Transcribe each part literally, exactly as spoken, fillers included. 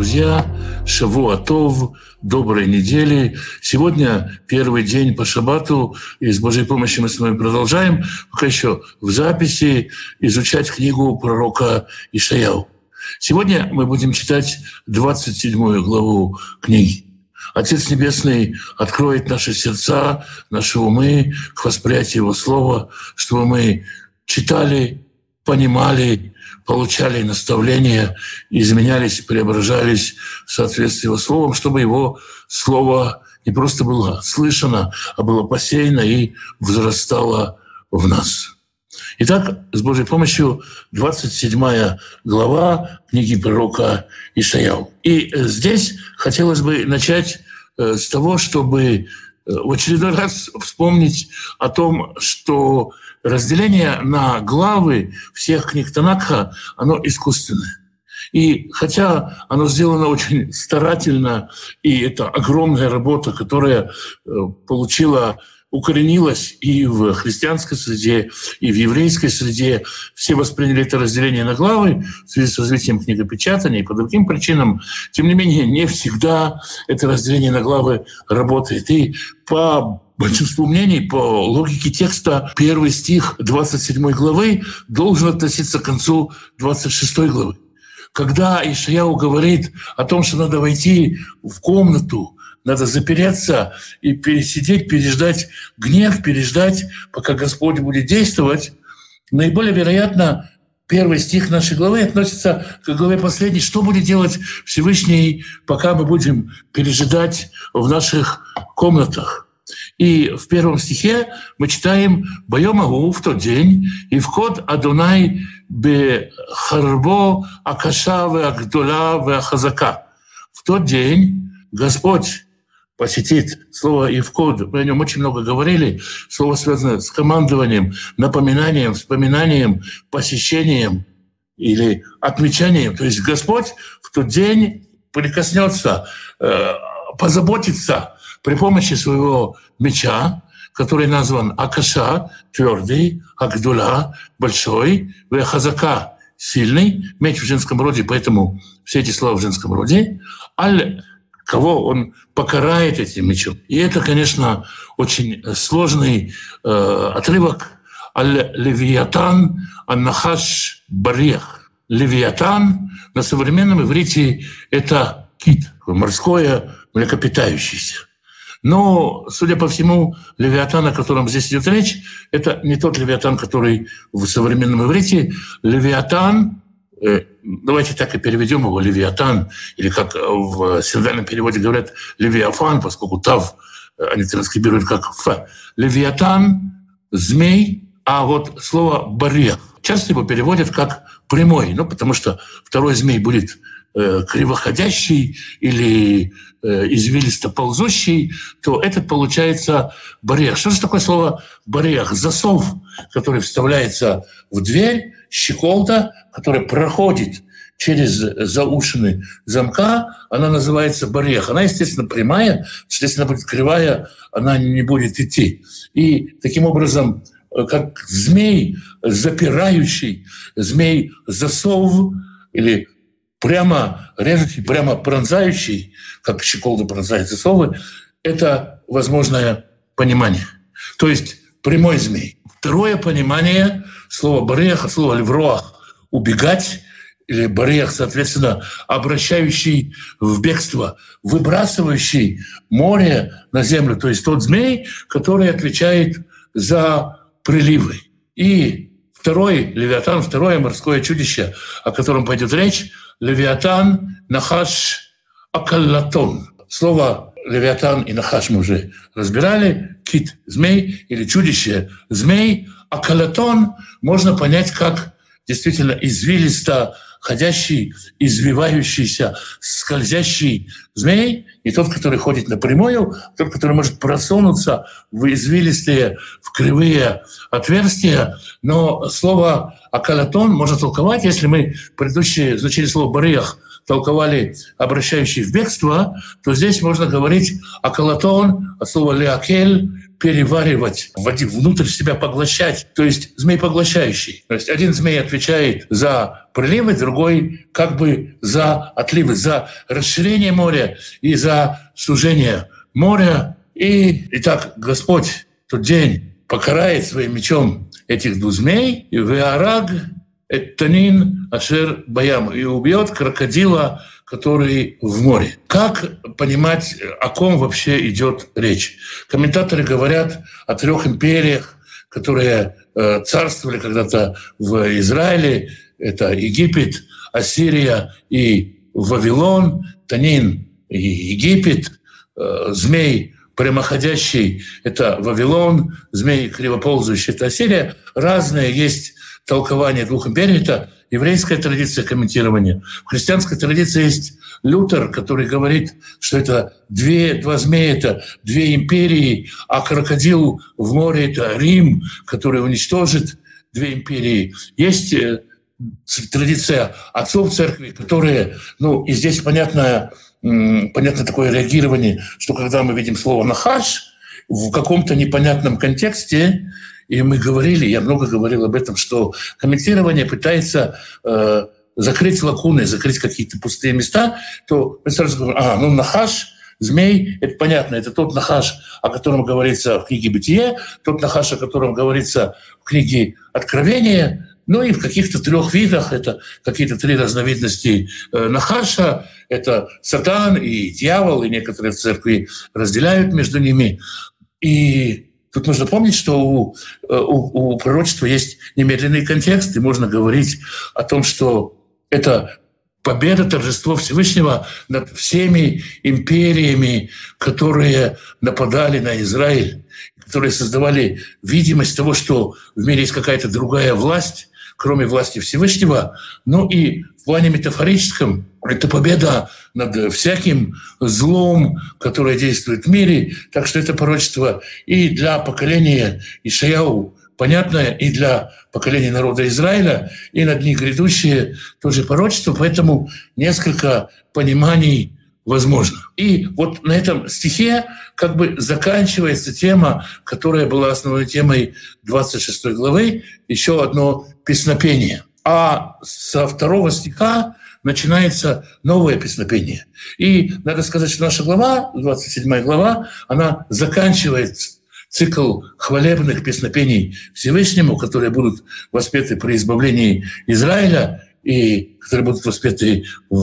друзья! Шавуа Тов, доброй недели. Сегодня первый день по шаббату, и с Божьей помощью мы с вами продолжаем, пока еще в записи, изучать книгу пророка Ишаяу. Сегодня мы будем читать двадцать седьмую главу книги. Отец Небесный откроет наши сердца, наши умы к восприятию Его Слова, чтобы мы читали, понимали, получали наставления, изменялись, преображались в соответствии Его Словом, чтобы Его Слово не просто было слышано, а было посеяно и взрастало в нас. Итак, с Божьей помощью двадцать седьмая глава книги пророка Ишаяу. И здесь хотелось бы начать с того, чтобы в очередной раз вспомнить о том, что разделение на главы всех книг Танаха, оно искусственное. И хотя оно сделано очень старательно, и это огромная работа, которая получила, укоренилась и в христианской среде, и в еврейской среде, все восприняли это разделение на главы в связи с развитием книгопечатания и по другим причинам. Тем не менее, не всегда это разделение на главы работает. И по большинству мнений, по логике текста, первый стих двадцать седьмой главы должен относиться к концу двадцать шестой главы. Когда Ишаяу говорит о том, что надо войти в комнату, надо запереться и пересидеть, переждать гнев, переждать, пока Господь будет действовать, наиболее вероятно, первый стих нашей главы относится к главе последней. Что будет делать Всевышний, пока мы будем пережидать в наших комнатах? И в первом стихе мы читаем «Байом агу» в тот день, «И вход Адонай бе харбо акаша ве агдола ве ахазака». В тот день Господь посетит. Слово «Ивкод», мы о нем очень много говорили, слово связано с командованием, напоминанием, вспоминанием, посещением или отмечанием. То есть Господь в тот день прикоснется, э, позаботится при помощи своего меча, который назван Акаша, твердый, Агдула, большой, Вехазака, сильный, меч в женском роде, поэтому все эти слова в женском роде, Аль, кого он покарает этим мечом. И это, конечно, очень сложный э, отрывок. Аль-Левиатан, Ан-Нахаш, Барех. Левиатан на современном иврите — это кит, морское млекопитающееся. Но, судя по всему, Левиатан, о котором здесь идет речь, это не тот Левиатан, который в современном иврите. Левиатан, э, давайте так и переведем его, Левиатан, или как в синодальном переводе говорят, Левиафан, поскольку Тав они транскрибируют как Ф. Левиатан — змей, а вот слово «барех» часто его переводят как «прямой», ну, потому что второй змей будет э, кривоходящий или э, извилисто ползущий, то этот получается барех. Что же такое слово барех? Засов, который вставляется в дверь, щеколда, которая проходит через заушины замка, она называется барех. Она, естественно, прямая, что если она будет кривая, она не будет идти. И таким образом, как змей запирающий, змей-засов или прямо режущий, прямо пронзающий, как щеколда пронзает засовы, это возможное понимание. То есть прямой змей. Второе понимание слова «барех», от слова «левроах» — «убегать», или «барех», соответственно, обращающий в бегство, выбрасывающий море на землю. То есть тот змей, который отвечает за приливы. И второй Левиатан, второе морское чудище, о котором пойдет речь, Левиатан, Нахаш, Акаллатон. Слово Левиатан и Нахаш мы уже разбирали. Кит — змей, или чудище — змей. Акаллатон можно понять как действительно извилисто ходящий, извивающийся, скользящий змей, не тот, который ходит напрямую, а тот, который может просунуться в извилистые, в кривые отверстия. Но слово «акалатон» можно толковать, если мы предыдущие изучили слово «барех», толковали обращающий в бегство, то здесь можно говорить о колотон, от слова «леакель», переваривать, внутрь себя поглощать, то есть змей поглощающий. То есть один змей отвечает за приливы, другой как бы за отливы, за расширение моря и за сужение моря. И итак, Господь в тот день покарает своим мечом этих двух змей, и «веараг эттанин ашер баям», и убьет крокодила, который в море. Как понимать, о ком вообще идет речь? Комментаторы говорят о трех империях, которые э, царствовали когда-то в Израиле. Это Египет, Ассирия и Вавилон. Танин и Египет, э, змей прямоходящий — это Вавилон, змей кривоползающий — это Ассирия. Разные есть толкования двух империй. Это еврейская традиция комментирования. В христианской традиции есть Лютер, который говорит, что это две, два змея, это две империи, а крокодил в море — это Рим, который уничтожит две империи. Есть традиция отцов церкви, которые, ну, и здесь понятно, понятно такое реагирование, что когда мы видим слово «нахаш» в каком-то непонятном контексте, и мы говорили, я много говорил об этом, что комментирование пытается э, закрыть лакуны, закрыть какие-то пустые места, то мы сразу говорим: а, ну нахаш, змей, это понятно, это тот нахаш, о котором говорится в книге «Бытие», тот нахаш, о котором говорится в книге «Откровение». Ну и в каких-то трех видах, это какие-то три разновидности э, нахаша, это сатан и дьявол, и некоторые в церкви разделяют между ними. И тут нужно помнить, что у, у, у пророчества есть немедленный контекст, и можно говорить о том, что это победа, торжество Всевышнего над всеми империями, которые нападали на Израиль, которые создавали видимость того, что в мире есть какая-то другая власть, кроме власти Всевышнего. Ну и в плане метафорическом это победа над всяким злом, которое действует в мире. Так что это пророчество и для поколения Ишаяу понятное, и для поколения народа Израиля, и на дни грядущие тоже пророчество. Поэтому несколько пониманий возможно. И вот на этом стихе как бы заканчивается тема, которая была основной темой двадцать шестой главы, еще одно песнопение. А со второго стиха начинается новое песнопение. И надо сказать, что наша глава, двадцать седьмая глава, она заканчивает цикл хвалебных песнопений Всевышнему, которые будут воспеты при избавлении Израиля и которые будут воспеты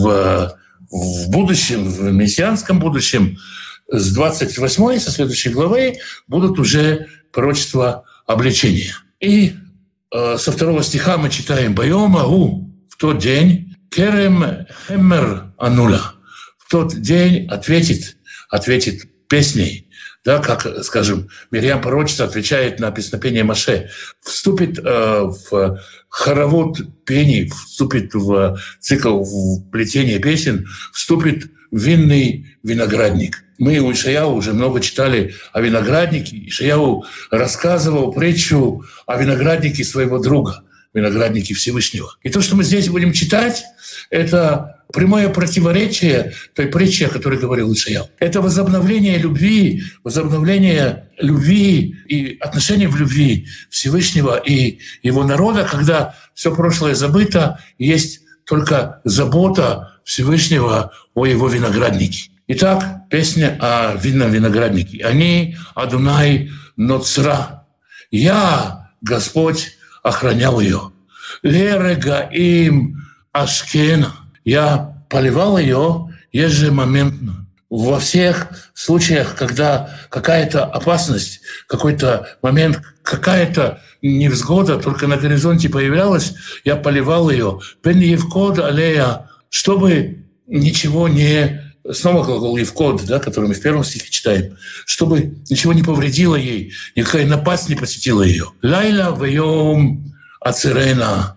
в, в будущем, в мессианском будущем. С двадцать восьмой, со следующей главы, будут уже пророчества обличения. И э, со второго стиха мы читаем «Байома у» в тот день «Керем хеммер анула». В тот день ответит, ответит песней. Да, как, скажем, Мирьям пророчество отвечает на песнопение Моше, вступит э, в хоровод пений, вступит в цикл в плетение песен, вступит в винный виноградник. Мы у Ишаяу уже много читали о винограднике. Ишаяу рассказывал притчу о винограднике своего друга, винограднике Всевышнего. И то, что мы здесь будем читать, это прямое противоречие той притчи, о которой говорил Ишаяу. Это возобновление любви, возобновление любви и отношений в любви Всевышнего и его народа, когда все прошлое забыто, есть только забота Всевышнего о его винограднике. Итак, песня о винном винограднике. «Они, Адунай Ноцра». «Я, Господь, охранял ее». «Лерега им Ашкена». «Я поливал ее ежемоментно». Во всех случаях, когда какая-то опасность, какой-то момент, какая-то невзгода только на горизонте появлялась, я поливал ее. «Пен евкод алея», чтобы ничего не... Снова глагол «евкод», да, который мы в первом стихе читаем, чтобы ничего не повредило ей, никакая напасть не посетила ее. «Лайла вейом ацирена».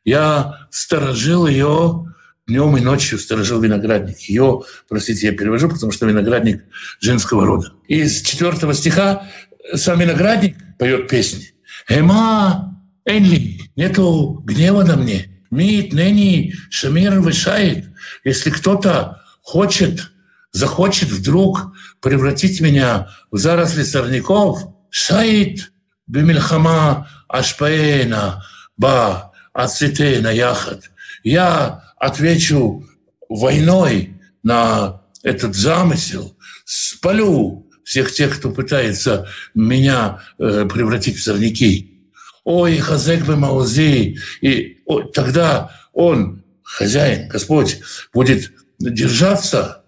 Я сторожил ее днем и ночью, сторожил виноградник. Ее, простите, я перевожу, потому что виноградник женского рода. Из четвертого стиха сам виноградник поет песни. «Эма энли», нету гнева на мне. Мит, нени, шамир вышает. Если кто-то хочет, захочет вдруг превратить меня в заросли сорняков, шаит бимильхама ашпаэна ба ацитена яхат. Я отвечу войной на этот замысел, спалю всех тех, кто пытается меня э, превратить в сорняки. Ой, хазек бы маузи. И о, тогда он, хозяин, Господь, будет держаться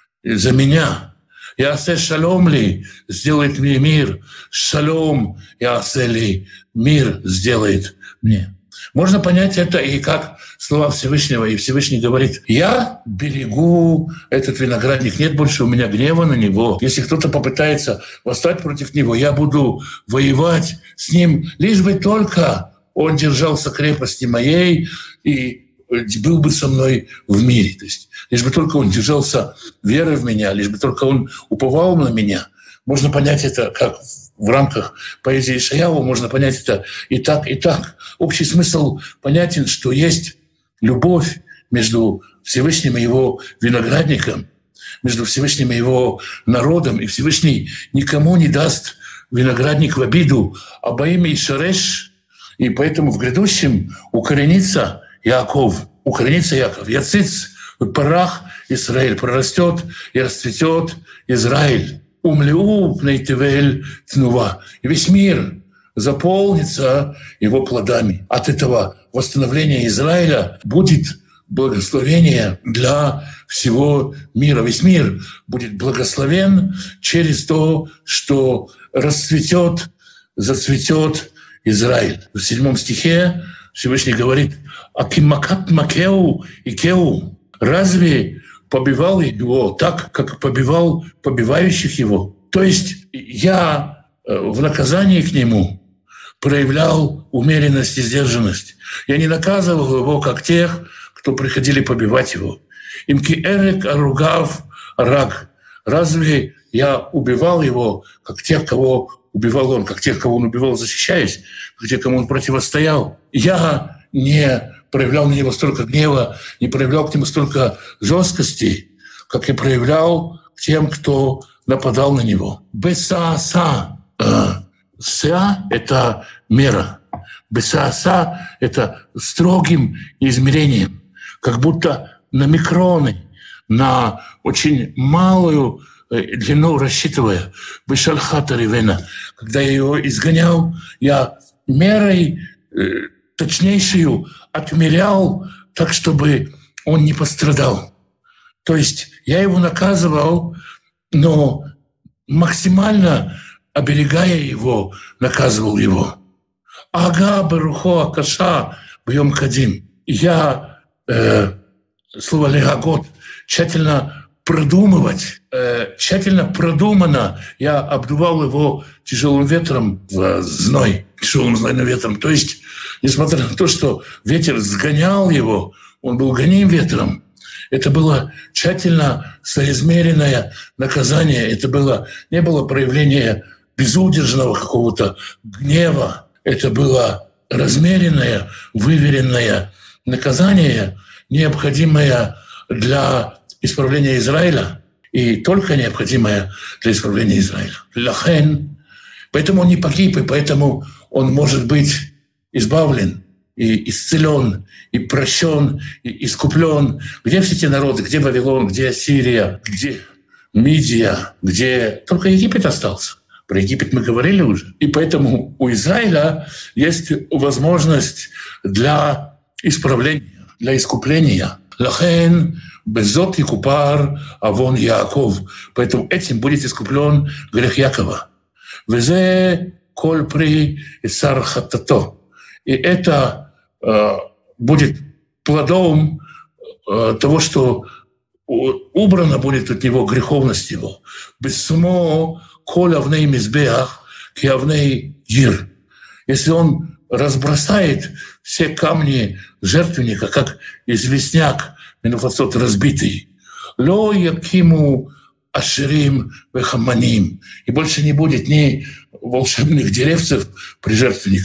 за меня. Ясе шалом ли, сделает мне мир. Шалом, ясе ли, мир сделает мне. Можно понять это и как слова Всевышнего. И Всевышний говорит: я берегу этот виноградник, нет больше у меня гнева на него. Если кто-то попытается восстать против него, я буду воевать с ним, лишь бы только он держался крепости моей и был бы со мной в мире. То есть лишь бы только он держался верой в меня, лишь бы только он уповал на меня. Можно понять это как в рамках поэзии Ишаяу, можно понять это и так, и так. Общий смысл понятен, что есть любовь между Всевышним и его виноградником, между Всевышним и его народом, и Всевышний никому не даст виноградник в обиду, а боими Ишареш, и поэтому в грядущем укоренится Яаков, укоренится Яков, Яциц, Парах Израиль, прорастет и расцветет Израиль. Умлеу пнейтевель тнува. И весь мир заполнится его плодами. От этого восстановления Израиля будет благословение для всего мира. Весь мир будет благословен через то, что расцветет, зацветет Израиль. В седьмом стихе Всевышний говорит: «Акимакат макеу и кеу». Разве побивал его так, как побивал побивающих его? То есть я в наказании к нему проявлял умеренность и сдержанность. Я не наказывал его, как тех, кто приходили побивать его. Имки эрек аругав раг. Разве я убивал его, как тех, кого убивал он, как тех, кого он убивал, защищаясь, как тех, кому он противостоял? Я не проявлял на него столько гнева, не проявлял к нему столько жесткости, как и проявлял к тем, кто нападал на него. Бесааса. Са — это мера. Бесааса — это строгим измерением, как будто на микроны, на очень малую длину рассчитывая. Бешальхата ревена. Когда я его изгонял, я мерой точнейшую отмерял так, чтобы он не пострадал. То есть я его наказывал, но максимально оберегая его, наказывал его. Ага, барухо акаша бьем кадим. Я э, слово легагот тщательно продумывать, э, тщательно продуманно я обдувал его тяжелым ветром в зной, тяжелым знойным ветром. То есть, несмотря на то, что ветер сгонял его, он был гоним ветром. Это было тщательно соизмеренное наказание. Это было, не было проявления безудержного какого-то гнева. Это было размеренное, выверенное наказание, необходимое для исправления Израиля и только необходимое для исправления Израиля. Лахен. Поэтому он не погиб, и поэтому он может быть избавлен и исцелен, и прощен, и искуплен. Где все те народы? Где Вавилон? Где Ассирия? Где Мидия? Где только Египет остался? Про Египет мы говорили уже. И поэтому у Израиля есть возможность для исправления, для искупления. Лахен безот якупар авон Яаков. Поэтому этим будет искуплен грех Якова. Везе коль при исар хатато. И это э, будет плодом э, того, что убрано будет от него греховность его. Бессмо коль авней мизбеах ки авней гир. Если он разбросает все камни жертвенника, как известняк, менуфацот разбитый, ло якиму аширим вехаманим, и больше не будет ни волшебных деревцев при жертвенниках,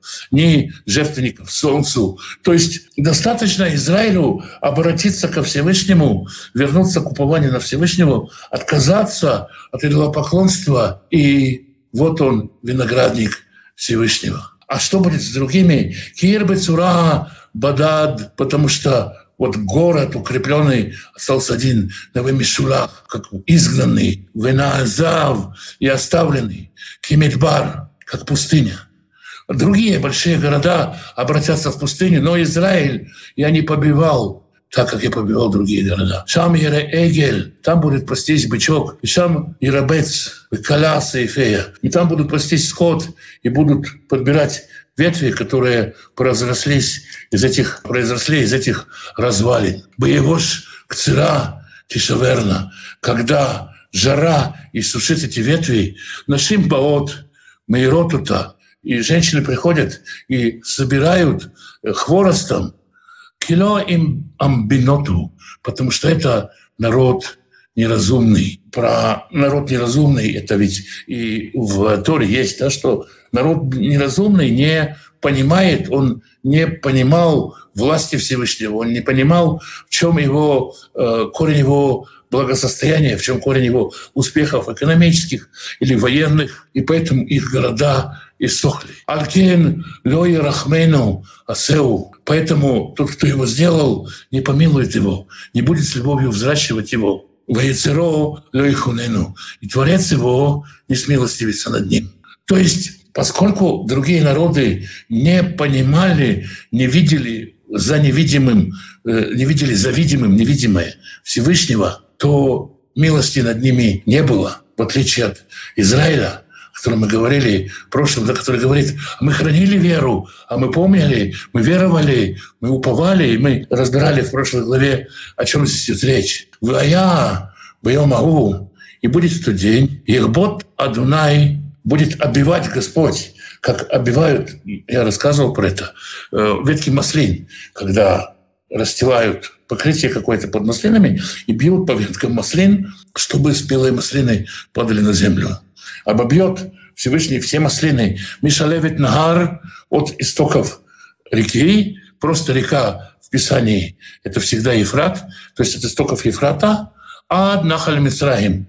ни жертвенников солнцу. То есть достаточно Израилю обратиться ко Всевышнему, вернуться к упованию на Всевышнего, отказаться от идолопоклонства, и вот он, виноградник Всевышнего. А что будет с другими? Кир бецура бадад, потому что вот город укрепленный остался один, Навемишулах, как изгнанный, Венаазав и оставленный, Кимидбар, как пустыня. Другие большие города обратятся в пустыню, но Израиль я не побивал, так как я побивал другие города. Шам Ере Эгель, там будет пастись бычок, и Шам Ерабец, Каласа и Фея. И там будут пастись скот, и будут подбирать ветви, которые произрослись из этих, произросли из этих развалин. Боевош кцира тишаверна, когда жара иссушит эти ветви, нашим баот, мейротута, и женщины приходят и собирают хворостом кило им амбиноту, потому что это народ неразумный. Про народ неразумный это ведь и в Торе есть, да, что народ неразумный не понимает, он не понимал власти Всевышнего, он не понимал, в чем его э, корень его благосостояния, в чем корень его успехов экономических или военных, и поэтому их города иссохли. Алкен лой рахмену асеу. Поэтому тот, кто его сделал, не помилует его, не будет с любовью взращивать его. Ваецеро лой хунену. И Творец его не смилостивится над ним. То есть, поскольку другие народы не понимали, не видели за невидимым, не видели за видимым невидимое Всевышнего, то милости над ними не было, в отличие от Израиля, о котором мы говорили в прошлом, да, который говорит: мы хранили веру, а мы помнили, мы веровали, мы уповали, и мы разбирали в прошлой главе, о чем здесь идет речь. «Вая бьемагу», и будет в тот день, «Ехбот Адунай», будет оббивать Господь, как оббивают, я рассказывал про это, ветки маслин, когда расстилают покрытие какое-то под маслинами и бьют по веткам маслин, чтобы спелые маслины падали на землю. Обобьет Всевышний все маслины. Мишалевит Нагар от истоков реки, просто река в Писании — это всегда Ефрат, то есть от истоков Ефрата, ад Нахаль Мицраим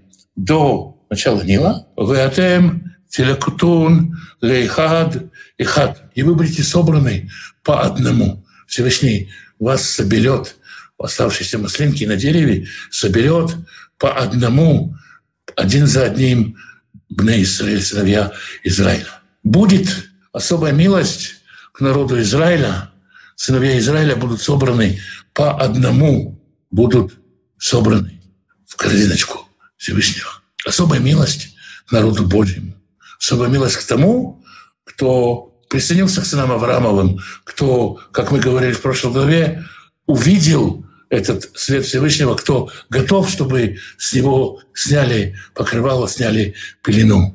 до начала Нила. Веатем телекутун лейхад и хад. И вы будете собраны по одному. Всевышний вас соберет, оставшиеся маслинки на дереве, соберет по одному, один за одним, бне Исраиль, сыновья Израиля. Будет особая милость к народу Израиля. Сыновья Израиля будут собраны по одному, будут собраны в корзиночку Всевышнего. Особая милость к народу Божьему. Особая милость к тому, кто присоединился к сынам Авраамовым, кто, как мы говорили в прошлой главе, увидел этот свет Всевышнего, кто готов, чтобы с него сняли покрывало, сняли пелену.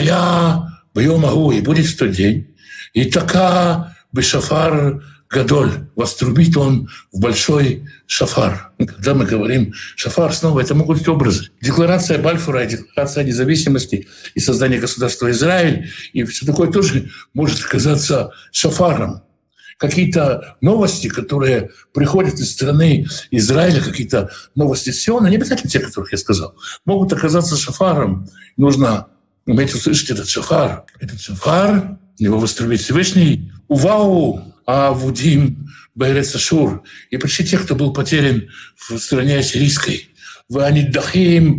«Вая бьемагу», и будет в тот день, «И така бешафар гадоль», вострубит он в большой шафар. Когда мы говорим шафар, снова это могут быть образы. Декларация Бальфура, декларация независимости и создание государства Израиль, и все такое тоже может казаться шафаром. Какие-то новости, которые приходят из страны Израиля, какие-то новости Сиона, не обязательно те, которых я сказал, могут оказаться шафаром. Нужно уметь услышать этот шафар. Этот шафар, его вострубит Всевышний. Увау, авудим, бэрец Ашур. И почти тех, кто был потерян в стране ассирийской. Ваниддахим,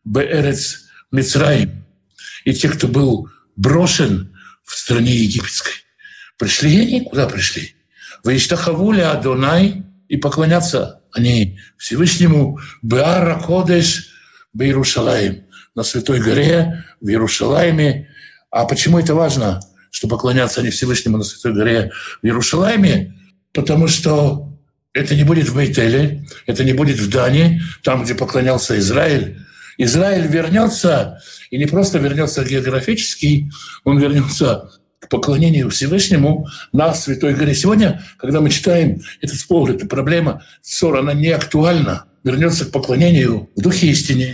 бэрец Мицраим. И те, кто был брошен в стране египетской. Пришли они? Куда пришли? «Ваиштахаву Адонай», и поклонятся они Всевышнему «Беара Кодеш Беирушалаим», на Святой горе в Иерушалайме. А почему это важно, что поклонятся они Всевышнему на Святой горе в Иерушалайме? Потому что это не будет в Бейтеле, это не будет в Дане, там, где поклонялся Израиль. Израиль вернется, и не просто вернется географически, он вернется к поклонению Всевышнему на Святой горе. Сегодня, когда мы читаем этот спор, эта проблема, ссора, она не актуальна. Вернется к поклонению в духе истине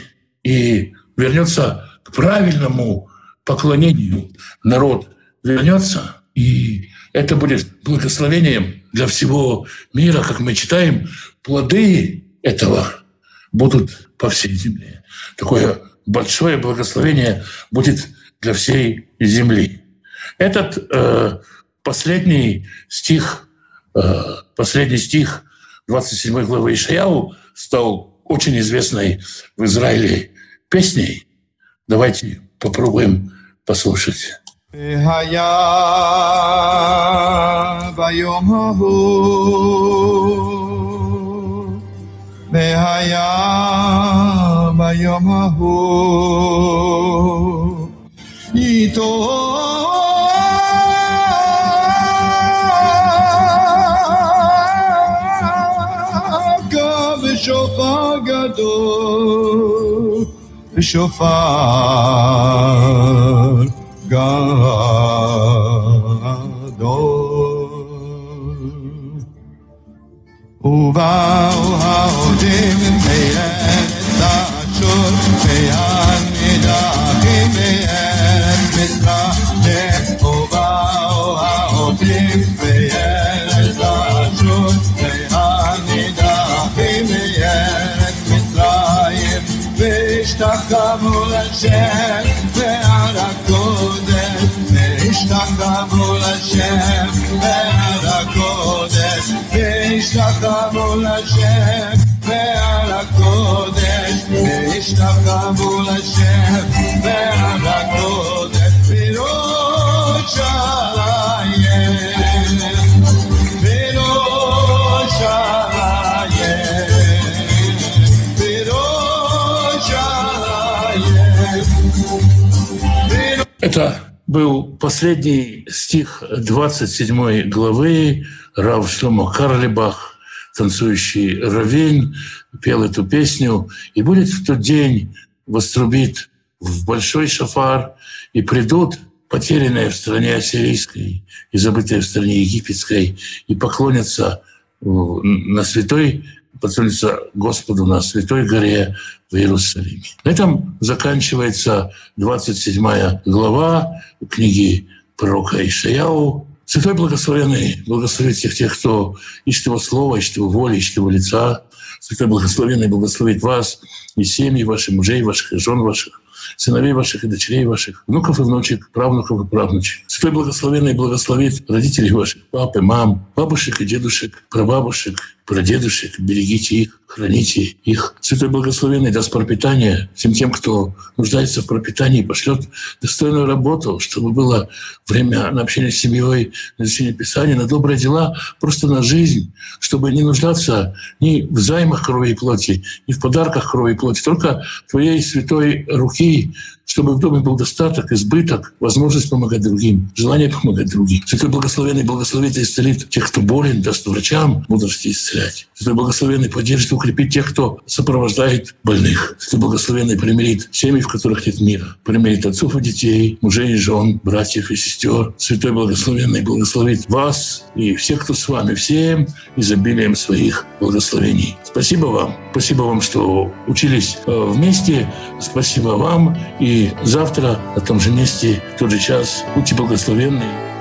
и вернется к правильному поклонению. Народ вернется, и Это будет благословением для всего мира, как мы читаем. Плоды этого будут по всей земле. Такое большое благословение будет для всей земли. Этот э, последний стих, э, последний стих двадцать седьмой главы Ишаяу стал очень известной в Израиле песней. Давайте попробуем послушать. שופר גדול ובאו העודים מארץ אשור והנידחים מארץ מצרים ובאו העודים מארץ אשור והנידחים מארץ מצרים והשתחוו לשם בהר הקודש והשתחוו לשם בהר הקודש והשתחוו לשם בהר הקודש והשתחוו לשם בהר הקודש בירושלים Это был последний стих двадцать седьмой главы. Рав Шломо Карлебах, танцующий раввин, пел эту песню. «И будет в тот день, вострубит в большой шафар, и придут потерянные в стране ассирийской и забытые в стране египетской, и поклонятся на святой, поклонятся Господу на святой горе в Иерусалиме». На этом заканчивается двадцать седьмая глава книги пророка Ишаяу. Святой Благословенный благословит всех тех, кто ищет Его Слова, ищет Его воли, ищет Его лица. Святой Благословенный благословит вас и семьи ваших, мужей ваших и жен ваших, сыновей ваших и дочерей ваших, внуков и внучек, правнуков и правнучек. Святой Благословенный благословит родителей ваших, пап и мам, бабушек и дедушек, прабабушек, прадедушек. Берегите их, храните их. Святой Благословенный даст пропитание всем тем, кто нуждается в пропитании, пошлет достойную работу, чтобы было время на общение с семьей, на изучение Писания, на добрые дела, просто на жизнь, чтобы не нуждаться ни в займах крови и плоти, ни в подарках крови и плоти, только Твоей святой руки, чтобы в доме был достаток, избыток, возможность помогать другим, желание помогать другим. Святой Благословенный благословит и исцелит тех, кто болен, даст врачам мудрости исцелять. Святой Благословенный поддержит и укрепит тех, кто сопровождает больных. Святой Благословенный примирит семьи, в которых нет мира, примирит отцов и детей, мужей и жен, братьев и сестер. Святой Благословенный благословит вас и всех, кто с вами, всем изобилием своих благословений. Спасибо вам. Спасибо вам, что учились вместе. Спасибо вам. И завтра на том же месте, в тот же час. Будьте благословенны.